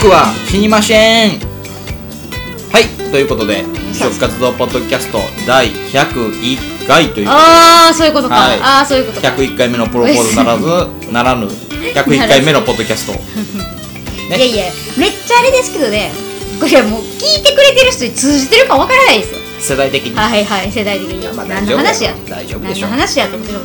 僕は死にません。はい、ということで食活動ポッドキャスト第101回ということで、 ああそういうことか、 はい、 ああそういうことか。 101回目のプロポーズならぬ101回目のポッドキャスト、ね、 いやいやめっちゃあれですけどね、これはもう聞いてくれてる人に通じてるかわからないですよ、 世代的に。 はいはい、世代的に。 まあ何の話や、 大丈夫でしょう。 何の話やと思ってる。 はい、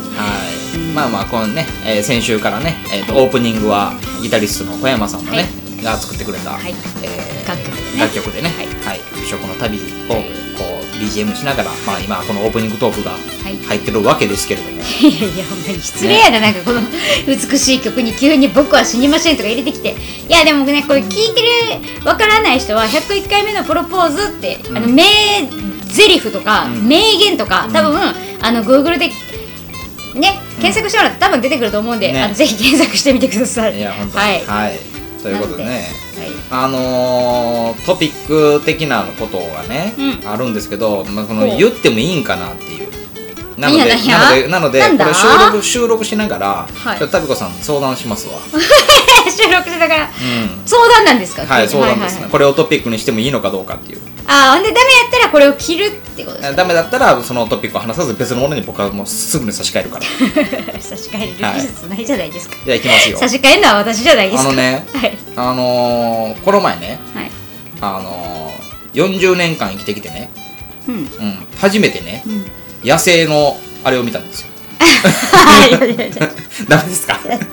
まあまあこのね、先週からね、オープニングはギタリストの小山さんのね、が作ってくれた、 はい楽曲でね、はい、美食の旅をこう BGM しながら、まあ今このオープニングトークが入ってるわけですけれども、 いやいやほんまに失礼やな、なんかこの美しい曲に急に僕は死にませんとか入れてきて、いやでもねこれ聞いてるわからない人は101回目のプロポーズって、名台詞とか、名言とか多分、Google でね検索してもらって多分出てくると思うんで、ぜひ検索してみてください。 いや本当にはい、ということでね、トピック的なことがね、あるんですけど、まあ、この言ってもいいんかなっていう。なのでこれ収録しながら、タビコさん相談しますわ。 収録しながら、相談なんですか？ はい、相談ですね。これをトピックにしてもいいのかどうかっていう。 ああ、でダメやったらこれを切るってことですか？ ダメだったらそのトピックを話さず別のものに僕はもうすぐに差し替えるから。 差し替える技術ないじゃないですか。 じゃあいきますよ。 差し替えるのは私じゃないですか。 この前ね、40年間生きてきてね、初めてね、野生のあれを見たんですよ。ダメですか？違う。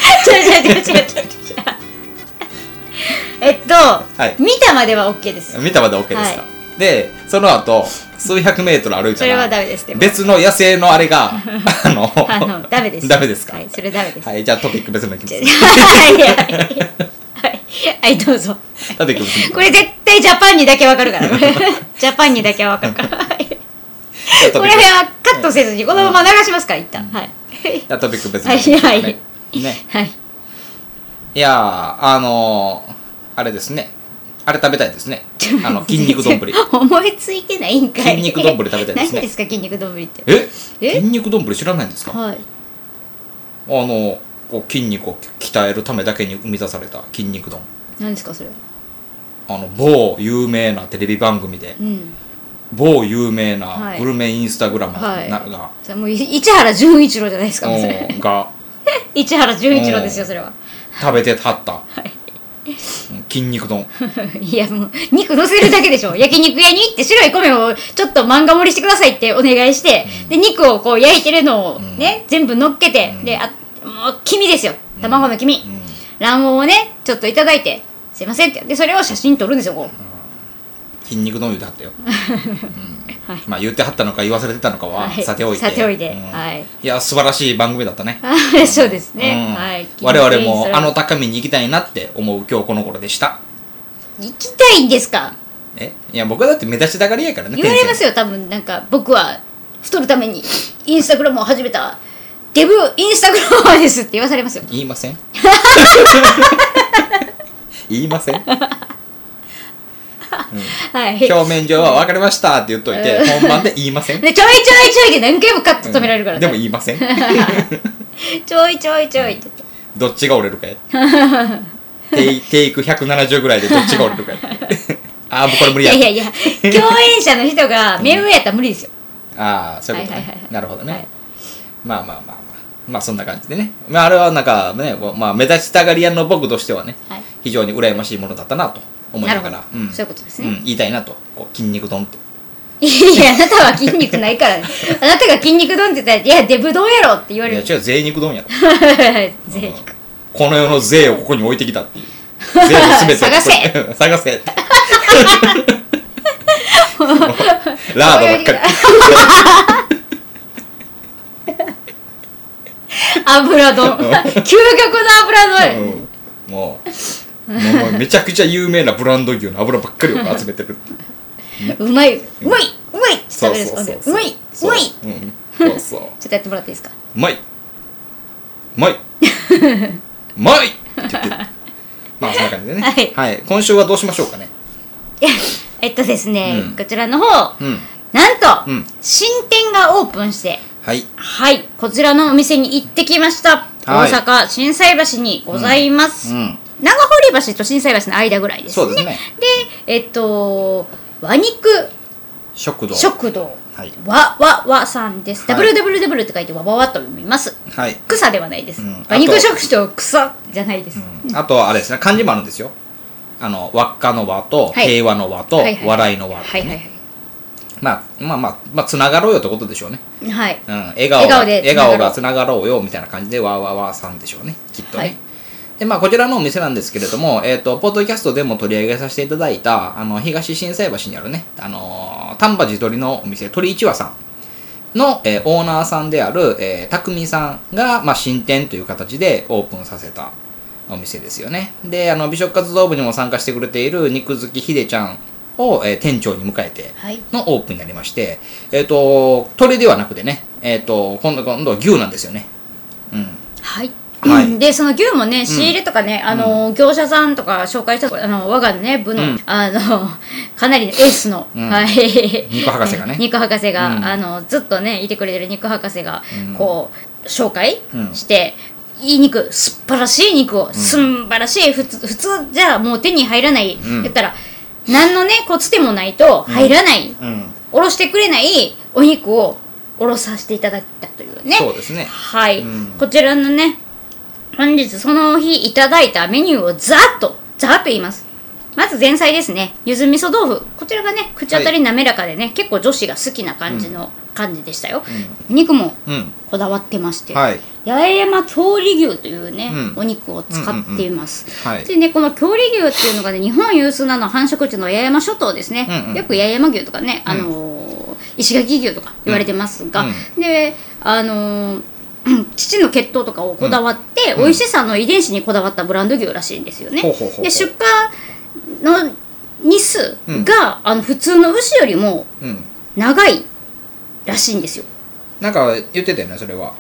見たまでは OK です。 見たまで OK ですか？で、その後数百メートル歩いたら、 それはダメです。 別の野生のあれがダメです。 ダメですか？ はい、それダメです。 はい、じゃあトピック別のいきます。 はい、どうぞ。 トピック別の。 これ絶対ジャパンにだけわかるから。ジャパンにだけわかるから。これはカットせずにこのまま流しますから一旦。はい。 じゃあトピック別の。 はい。ね。はい。 いやあれですね。あれ食べたいですね。筋肉丼。 思いついてないんかい。 筋肉丼食べたいですね。 何ですか筋肉丼って。 筋肉丼知らないんですか？ はい。 こう筋肉を鍛えるためだけに生み出された筋肉丼。 何ですかそれ？ 某有名なテレビ番組で、某有名なグルメインスタグラマーが、 もう市原純一郎じゃないですか。 が市原純一郎ですよそれは。 食べてはった。筋肉丼。 いやもう肉乗せるだけでしょ。焼肉屋に行って白い米をちょっと漫画盛りしてくださいってお願いして、で肉をこう焼いてるのをね、全部乗っけて、でもう黄身ですよ、卵の黄身、卵黄をねちょっといただいて、すいませんって、でそれを写真撮るんですよ。こう筋肉丼言うてはったよ。まあ言ってはったのか言わされてたのかはさておいて、いや素晴らしい番組だったね。 そうですね。 我々も高みに行きたいなって思う今日この頃でした。 行きたいんですか？ いや僕はだって目立ちたがりやからね。 言われますよ多分。なんか僕は太るためにインスタグラムを始めたデブインスタグラマーですって言わされますよ。 言いません？言いません？表面上は分かりましたって言っといて、本番で言いません？ でちょいで何回もカット止められるから、 でも言いません？ ちょいって言って、 どっちが折れるかや。テイク170ぐらいでどっちが折れるかや。もうこれ無理や。 いや共演者の人が目上やったら無理ですよ。 そういうことね。なるほどね。まあそんな感じでね。あれはなんかね、目立ちたがり屋の僕としてはね、非常に羨ましいものだったなと思いながら、 そういうことですね。 言いたいなと、筋肉丼って。 いやあなたは筋肉ないからね。あなたが筋肉丼って言ったら、いやデブ丼やろって言われる。 いや違う、贅肉丼やろ。 贅肉。 この世の税をここに置いてきたっていう。税の全て探せ探せ。ラードばっかり。 油丼。究極の油丼。 もうめちゃくちゃ有名なブランド牛の油ばっかりを集めてる。 うまい食べるんですか？うまいそうそう。 ちょっとやってもらっていいですか？ うまいって言ってる。まあそんな感じでね。はい。今週はどうしましょうかね。 ですね、こちらの方、なんと新店がオープンして、こちらのお店に行ってきました。大阪心斎橋にございます。 長堀橋と心斎橋の間ぐらいですね。 そうですね。 で和肉食堂、はい、 わさんです。 はい、 www って書いてわと読みます。 はい。 草ではないです。和肉食堂草じゃないです。 あとあれですね、漢字もあるんですよ。輪っかの輪と、平和の輪と、笑いの輪、まあつながろうよってことでしょうね。はい。笑顔がつながろうよみたいな感じでわさんでしょうね、きっとね。はい、でこちらのお店なんですけれども、ポッドキャストでも取り上げさせていただいた東心斎橋にあるね、丹波地鶏のお店鳥一羽さんの、オーナーさんである、匠さんが、新店という形でオープンさせたお店ですよね。で美食活動部にも参加してくれている肉好きひでちゃんを、店長に迎えてのオープンになりまして、鳥ではなくてね、今度は牛なんですよね。 はい。はい、でその牛もね仕入れとかね、業者さんとか紹介した我がね部の、かなりエースの、 肉博士がねずっとねいてくれてる肉博士がこう紹介して、いい肉、素晴らしい肉を、素晴らしい普通じゃもう手に入らない、言ったら何のねつてもないと入らない、おろしてくれないお肉をおろさせていただいたというね。 そうですね。 はい、こちらのね本日その日いただいたメニューをざーっと言います。まず前菜ですね、ゆず味噌豆腐。こちらがね口当たり滑らかでね、結構女子が好きな感じでしたよ。肉もこだわってまして、八重山郷里牛というね、お肉を使っています。でねこの郷里牛っていうのがね日本有数なの繁殖地の八重山諸島ですね。よく八重山牛とかね石垣牛とか言われてますが、で父の血統とかをこだわって、美味しさの遺伝子にこだわったブランド牛らしいんですよね。で出荷の日数が、普通の牛よりも長いらしいんですよ。 なんか言ってたよね、それは。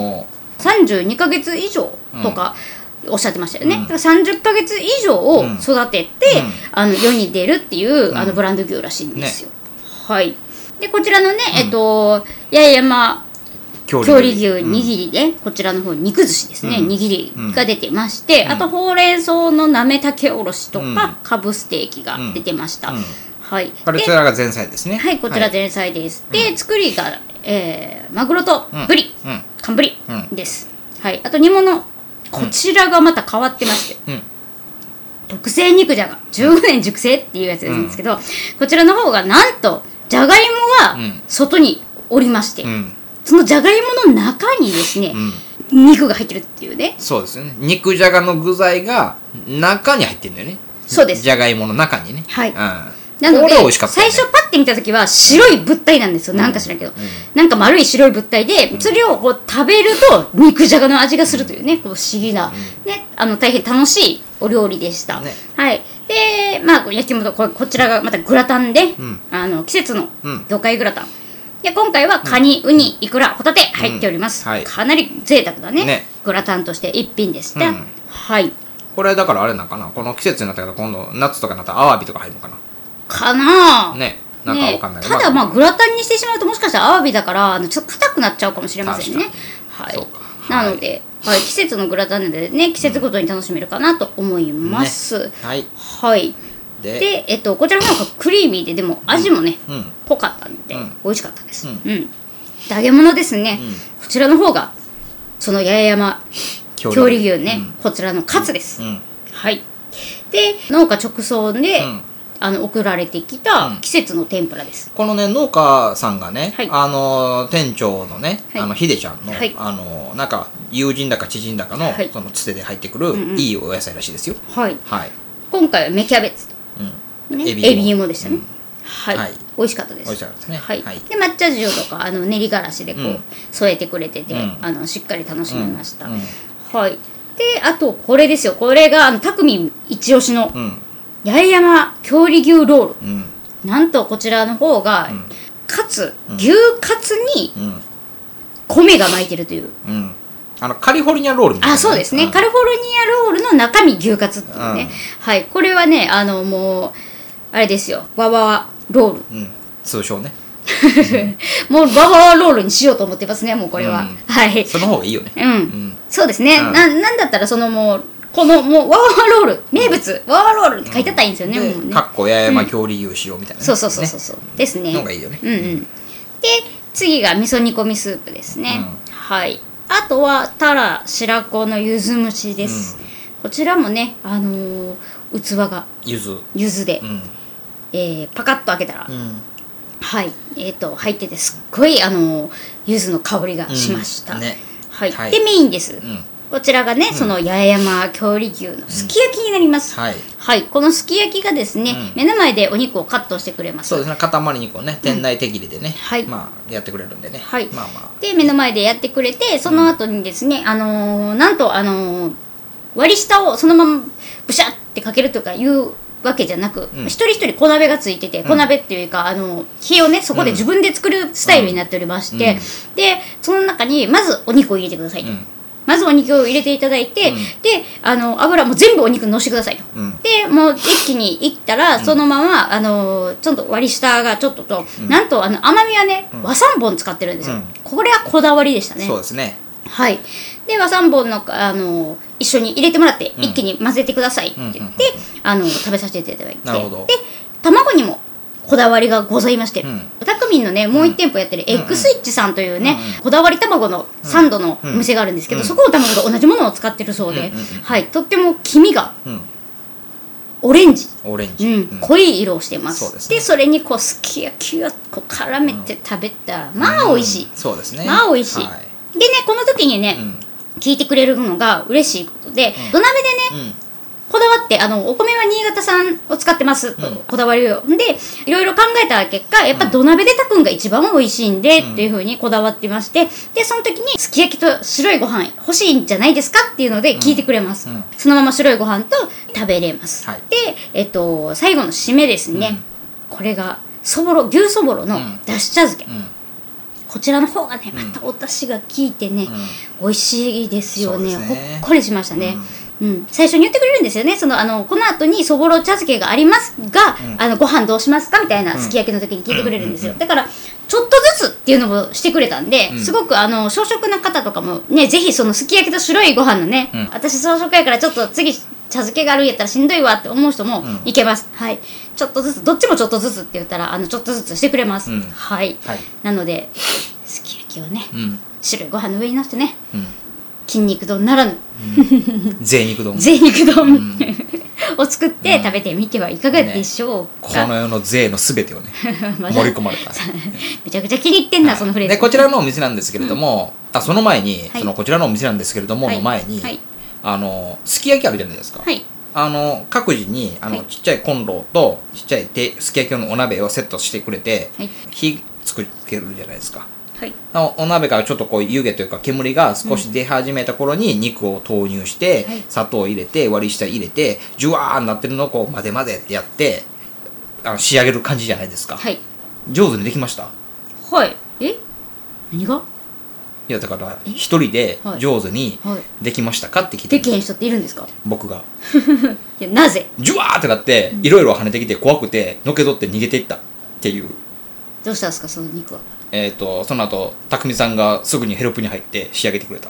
32ヶ月以上とかおっしゃってましたよね。だから30ヶ月以上を育てて、世に出るっていうブランド牛らしいんですよ。はい。でこちらのね、八重山郷里牛握りで、こちらの方肉寿司ですね、握りが出てまして、あとほうれん草のなめたけおろしとか、かぶステーキが出てました。はい。 こちらが前菜ですね。 はい、こちら前菜です。で作りがマグロとブリ、寒ブリです。はい。あと煮物、こちらがまた変わってまして、特製肉じゃが15年熟成っていうやつなんですけど、こちらの方がなんとじゃがいもが外におりまして、そのじゃがいもの中にですね、肉が入ってるっていうね。 そうですよね。肉じゃがの具材が中に入ってるんだよね。 そうです。 じゃがいもの中にね。 はい。なので、最初パッて見た時は白い物体なんですよ。なんか知らんけど、なんか丸い白い物体で、それをこう食べると肉じゃがの味がするというね、こう不思議なね、大変楽しいお料理でした。はい。で、焼き物、こちらがまたグラタンで、季節の魚介グラタン。で今回はカニ、ウニ、イクラ、ホタテ入っております。かなり贅沢だね。グラタンとして一品でした。はい。 これだからあれなんかな、この季節になったけど今度夏とかになったらアワビとか入るのかな。 かなぁ。 ね。なんかわかんない。 ただグラタンにしてしまうともしかしたらアワビだからちょっと硬くなっちゃうかもしれませんね。はい。なので、季節のグラタンでね季節ごとに楽しめるかなと思います。はい。でこちらの方がクリーミーででも味もね濃かったんで美味しかったです。揚げ物ですね。こちらの方がその八重山郷里牛ね、こちらのカツです。はい。で農家直送で送られてきた季節の天ぷらです。 このね農家さんがね、店長のねひでちゃんのなんか友人だか知人だかのそのつてで入ってくるいいお野菜らしいですよ。はい。 今回は芽キャベツとエビ芋でしたね。はい。美味しかったです。 美味しかったですね。 はい。で抹茶塩とか練りがらしでこう添えてくれててしっかり楽しめました。はい。であとこれですよ。これがたくみ一押しの八重山郷里牛ロール。なんとこちらの方がカツ、牛カツに米が巻いてるという。 カリフォルニアロールみたいな。 そうですね。カリフォルニアロールの中身牛カツっていうね。はい。これはねもうあれですよ。わわロール。 通称ね。 もうわわロールにしようと思ってますね。もうこれは。はい。 その方がいいよね。 そうですね。なんだったらそのもうこのもうワーワーロール名物、ワーワーロールって書いてあったらいいんですよね、もうね。 かっこ八重山郷里牛塩みたいな、 そうですね。 のがいいよね。 で次が味噌煮込みスープですね。はい。あとはタラ白子の柚子蒸しです。こちらもね、器が柚子で、パカッと開けたら、はい、入っててすっごい柚子の香りがしました。はい。でメインです。こちらがね、その八重山郷里牛のすき焼きになります。はい。このすき焼きがですね、目の前でお肉をカットしてくれます。 そうですね、塊肉をね、店内手切りでね、まあやってくれるんでね。はい。まあまあ。 で目の前でやってくれて、その後にですね、なんと割り下をそのままブシャってかけるとかいうわけじゃなく、一人一人小鍋がついてて、小鍋っていうか火をねそこで自分で作るスタイルになっておりまして、でその中にまずお肉を入れてくださいと。まずお肉を入れていただいて、で油も全部お肉にのしてくださいと、でもう一気にいったら、そのままちょっと割り下がちょっとと、なんと甘みはね、和三盆使ってるんですよ、これはこだわりでしたね。 そうですね。 はい。で和三盆の一緒に入れてもらって、一気に混ぜてくださいって言って、食べさせていただいて、で卵にもこだわりがございまして、タクミンのねもう1店舗やってるエッグスイッチさんというね、こだわり卵のサンドのお店があるんですけど、そこの卵と同じものを使ってるそうで、はい、とっても黄身がオレンジ、濃い色をしてます。でそれにこうすき焼きをこう絡めて食べたら、まあ美味しい。 そうですね。 まあ美味しい。でね、この時にね、聞いてくれるのが嬉しいことで、土鍋でね、こだわってお米は新潟産を使ってますと、こだわりをでいろいろ考えた結果、やっぱ土鍋で炊くんが一番美味しいんで、っていう風にこだわってまして、でその時にすき焼きと白いご飯欲しいんじゃないですかっていうので聞いてくれます、そのまま白いご飯と食べれます、で最後の締めですね、これがそぼろ、牛そぼろのだし茶漬け、こちらの方がねまたお出汁が効いてね、美味しいですよね。ほっこりしましたね。最初に言ってくれるんですよね。この後にそぼろ茶漬けがありますが、ご飯どうしますかみたいなすき焼きの時に聞いてくれるんですよ。だからちょっとずつっていうのもしてくれたんで、すごく小食な方とかもね、ぜひそのすき焼きと白いご飯のね、私小食やからちょっと次茶漬けがあるんやったらしんどいわって思う人もいけます。はい。ちょっとずつ、どっちもちょっとずつって言ったらちょっとずつしてくれます。はい。なのですき焼きをね、白いご飯の上にのせてね、筋肉丼ならぬ、 贅肉丼を作って食べてみてはいかがでしょうか。 この世の税のすべてをね盛り込まれためちゃくちゃ気に入ってんな、そのフレーズでこちらのお店なんですけれども、その前に、こちらのお店なんですけれどもの前に、すき焼きあるじゃないですか。各自にちっちゃいコンロとちっちゃいすき焼き用のお鍋をセットしてくれて、火作りつけるじゃないですか。お鍋からちょっとこう湯気というか煙が少し出始めた頃に肉を投入して、砂糖を入れて割り下入れてジュワーになってるのをこう混ぜ混ぜってやって仕上げる感じじゃないですか。上手にできました？ 何が？ いやだから一人で上手にできましたかって聞いてできへん人っているんですか？ 僕がいやなぜ？ ジュワーってなっていろいろ跳ねてきて怖くてのけ取って逃げていったっていう。 どうしたんですかその肉は？ その後匠さんがすぐにヘルプに入って仕上げてくれた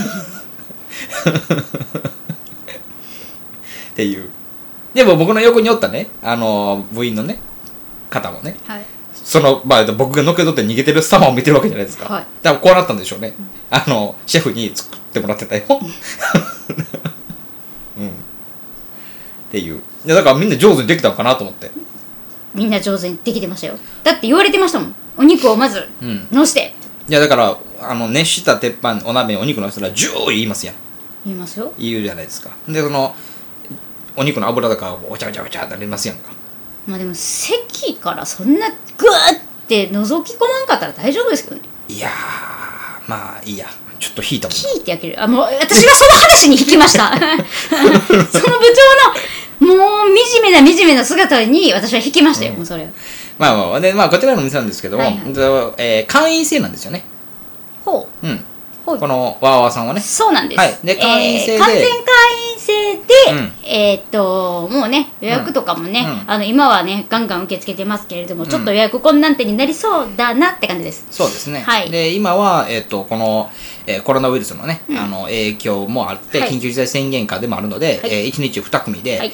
っていう。でも僕の横におったね部員のね方もね、僕がのけ取って逃げてる様を見てるわけじゃないですか。多分こうなったんでしょうね。シェフに作ってもらってたよっていう。いやだからみんな上手にできたのかなと思って。 みんな上手にできてましたよ。だって言われてましたもん。お肉をまずのして、 いやだから熱した鉄板お鍋にお肉のせたらジュー言いますやん。 言いますよ。 言うじゃないですか。でお肉の油とかおちゃおちゃおちゃってなりますやんか。 まあでも席からそんなグーって覗き込まんかったら大丈夫ですけどね。いやまあいいや、ちょっと引いたもん。 引いてやける。もう私がその話に引きましたその部長のもう惨めな姿に私は引きましたよ、もうそれ。 でこちらのお店なんですけども、会員制なんですよね。このワーワーさんはね。 そうなんです。 で会員制で完全会員制て、もうね予約とかもね、今はねガンガン受け付けてますけれども、ちょっと予約困難点になりそうだなって感じです。 そうですね、はい、で今は、この、コロナウイルスのね、影響もあって、緊急事態宣言下でもあるので、1日2組で、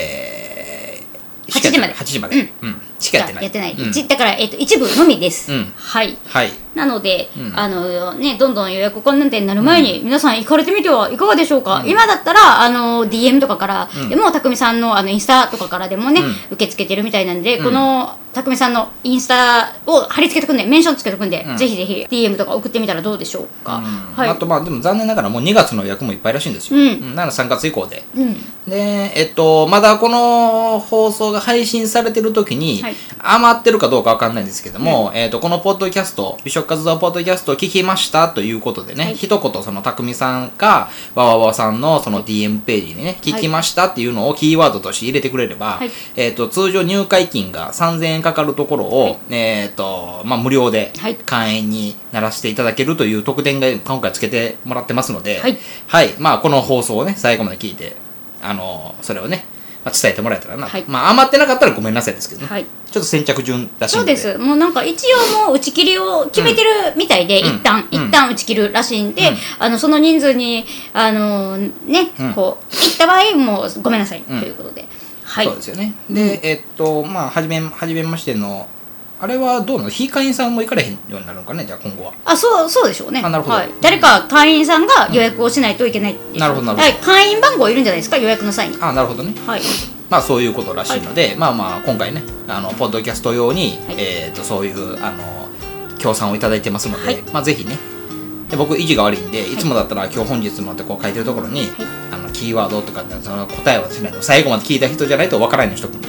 8時までしかやってない、 だから、一部のみです、はい、なので、どんどん予約困難点になる前に、皆さん行かれてみてはいかがでしょうか。今だったらDM とかからでも、匠さんのインスタとかからでもね、受け付けてるみたいなんで、この匠さんのインスタを貼り付けておくんで、メンションつけておくんで、ぜひぜひ DM とか送ってみたらどうでしょうか。 あとでも残念ながらもう2月の予約もいっぱいらしいんですよ。なので3月以降で、でまだこの放送が配信されてる時に余ってるかどうかわかんないんですけども、このポッドキャスト、美食活動ポッドキャストを聞きましたということでね、一言その匠さんかわわわさんのその DM ページにね、聞きましたっていうのをキーワードとして入れてくれれば、通常入会金が3000円かかるところを、無料で会員にならせていただけるという特典が今回つけてもらってますので、この放送をね最後まで聞いてそれをね伝えてもらえたらな、余ってなかったらごめんなさいですけどね、ちょっと先着順らしいので。 そうです。もうなんか一応もう打ち切りを決めてるみたいで、一旦打ち切るらしいんで、その人数にこう行った場合もごめんなさいということで、 そうですよね。ではじめましてのあれはどうなの？非会員さんも行かれへんようになるのかね、じゃあ今後は。 そうでしょうね。 なるほど。 誰か会員さんが予約をしないといけないっていう。 なるほど。 会員番号いるんじゃないですか、予約の際に。 なるほどね。そういうことらしいので、今回ねポッドキャスト用にそういう協賛をいただいてますので、ぜひね。で僕意地が悪いんで、いつもだったら今日本日のってこう書いてるところにキーワードとかその答えはですね、最後まで聞いた人じゃないとわからないようにしとく。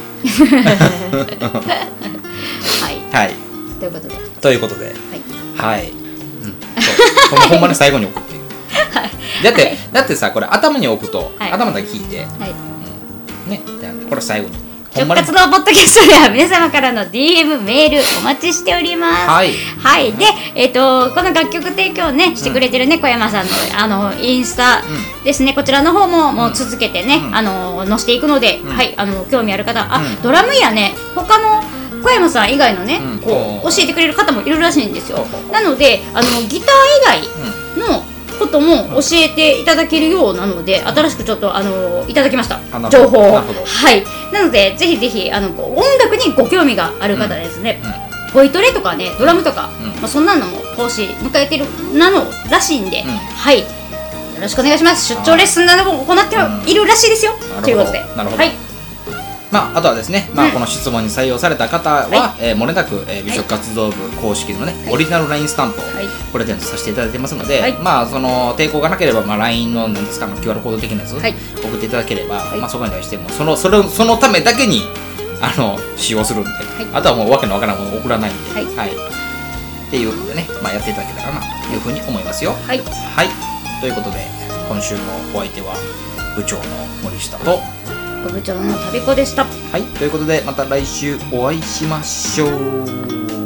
ということで、ほんまに最後に置くっていう。だってさ、これ頭に置くと、頭だけ聞いて、これ最後に。 食活動ポッドキャストでは皆様からの DM メールお待ちしております。で、この楽曲提供ねしてくれてるね小山さんのインスタですね、こちらの方ももう続けてね載せていくので、興味ある方、ドラムやね他の小山さん以外のね、こう教えてくれる方もいるらしいんですよ。なのでギター以外のことも教えていただけるようなので、新しくちょっといただきました情報を。なのでぜひぜひ音楽にご興味がある方ですね、ボイトレとかねドラムとか、そんなのも講師迎えてるなのらしいんで、よろしくお願いします。出張レッスンなども行っているらしいですよ、ということで。 あとはですね、この質問に採用された方は、漏れなく、美食活動部公式のね、オリジナル LINE スタンプをプレゼントさせていただいてますので、その抵抗がなければ、LINE の何ですかQR コード的なやつ、送っていただければ、そこに対してもそのためだけに使用するんで、あとはもうわけのわからんものを送らないんで、っていうのでね、やっていただけたらなというふうに思いますよ。ということで今週のお相手は部長の森下と部長の旅子でした。 ということでまた来週お会いしましょう。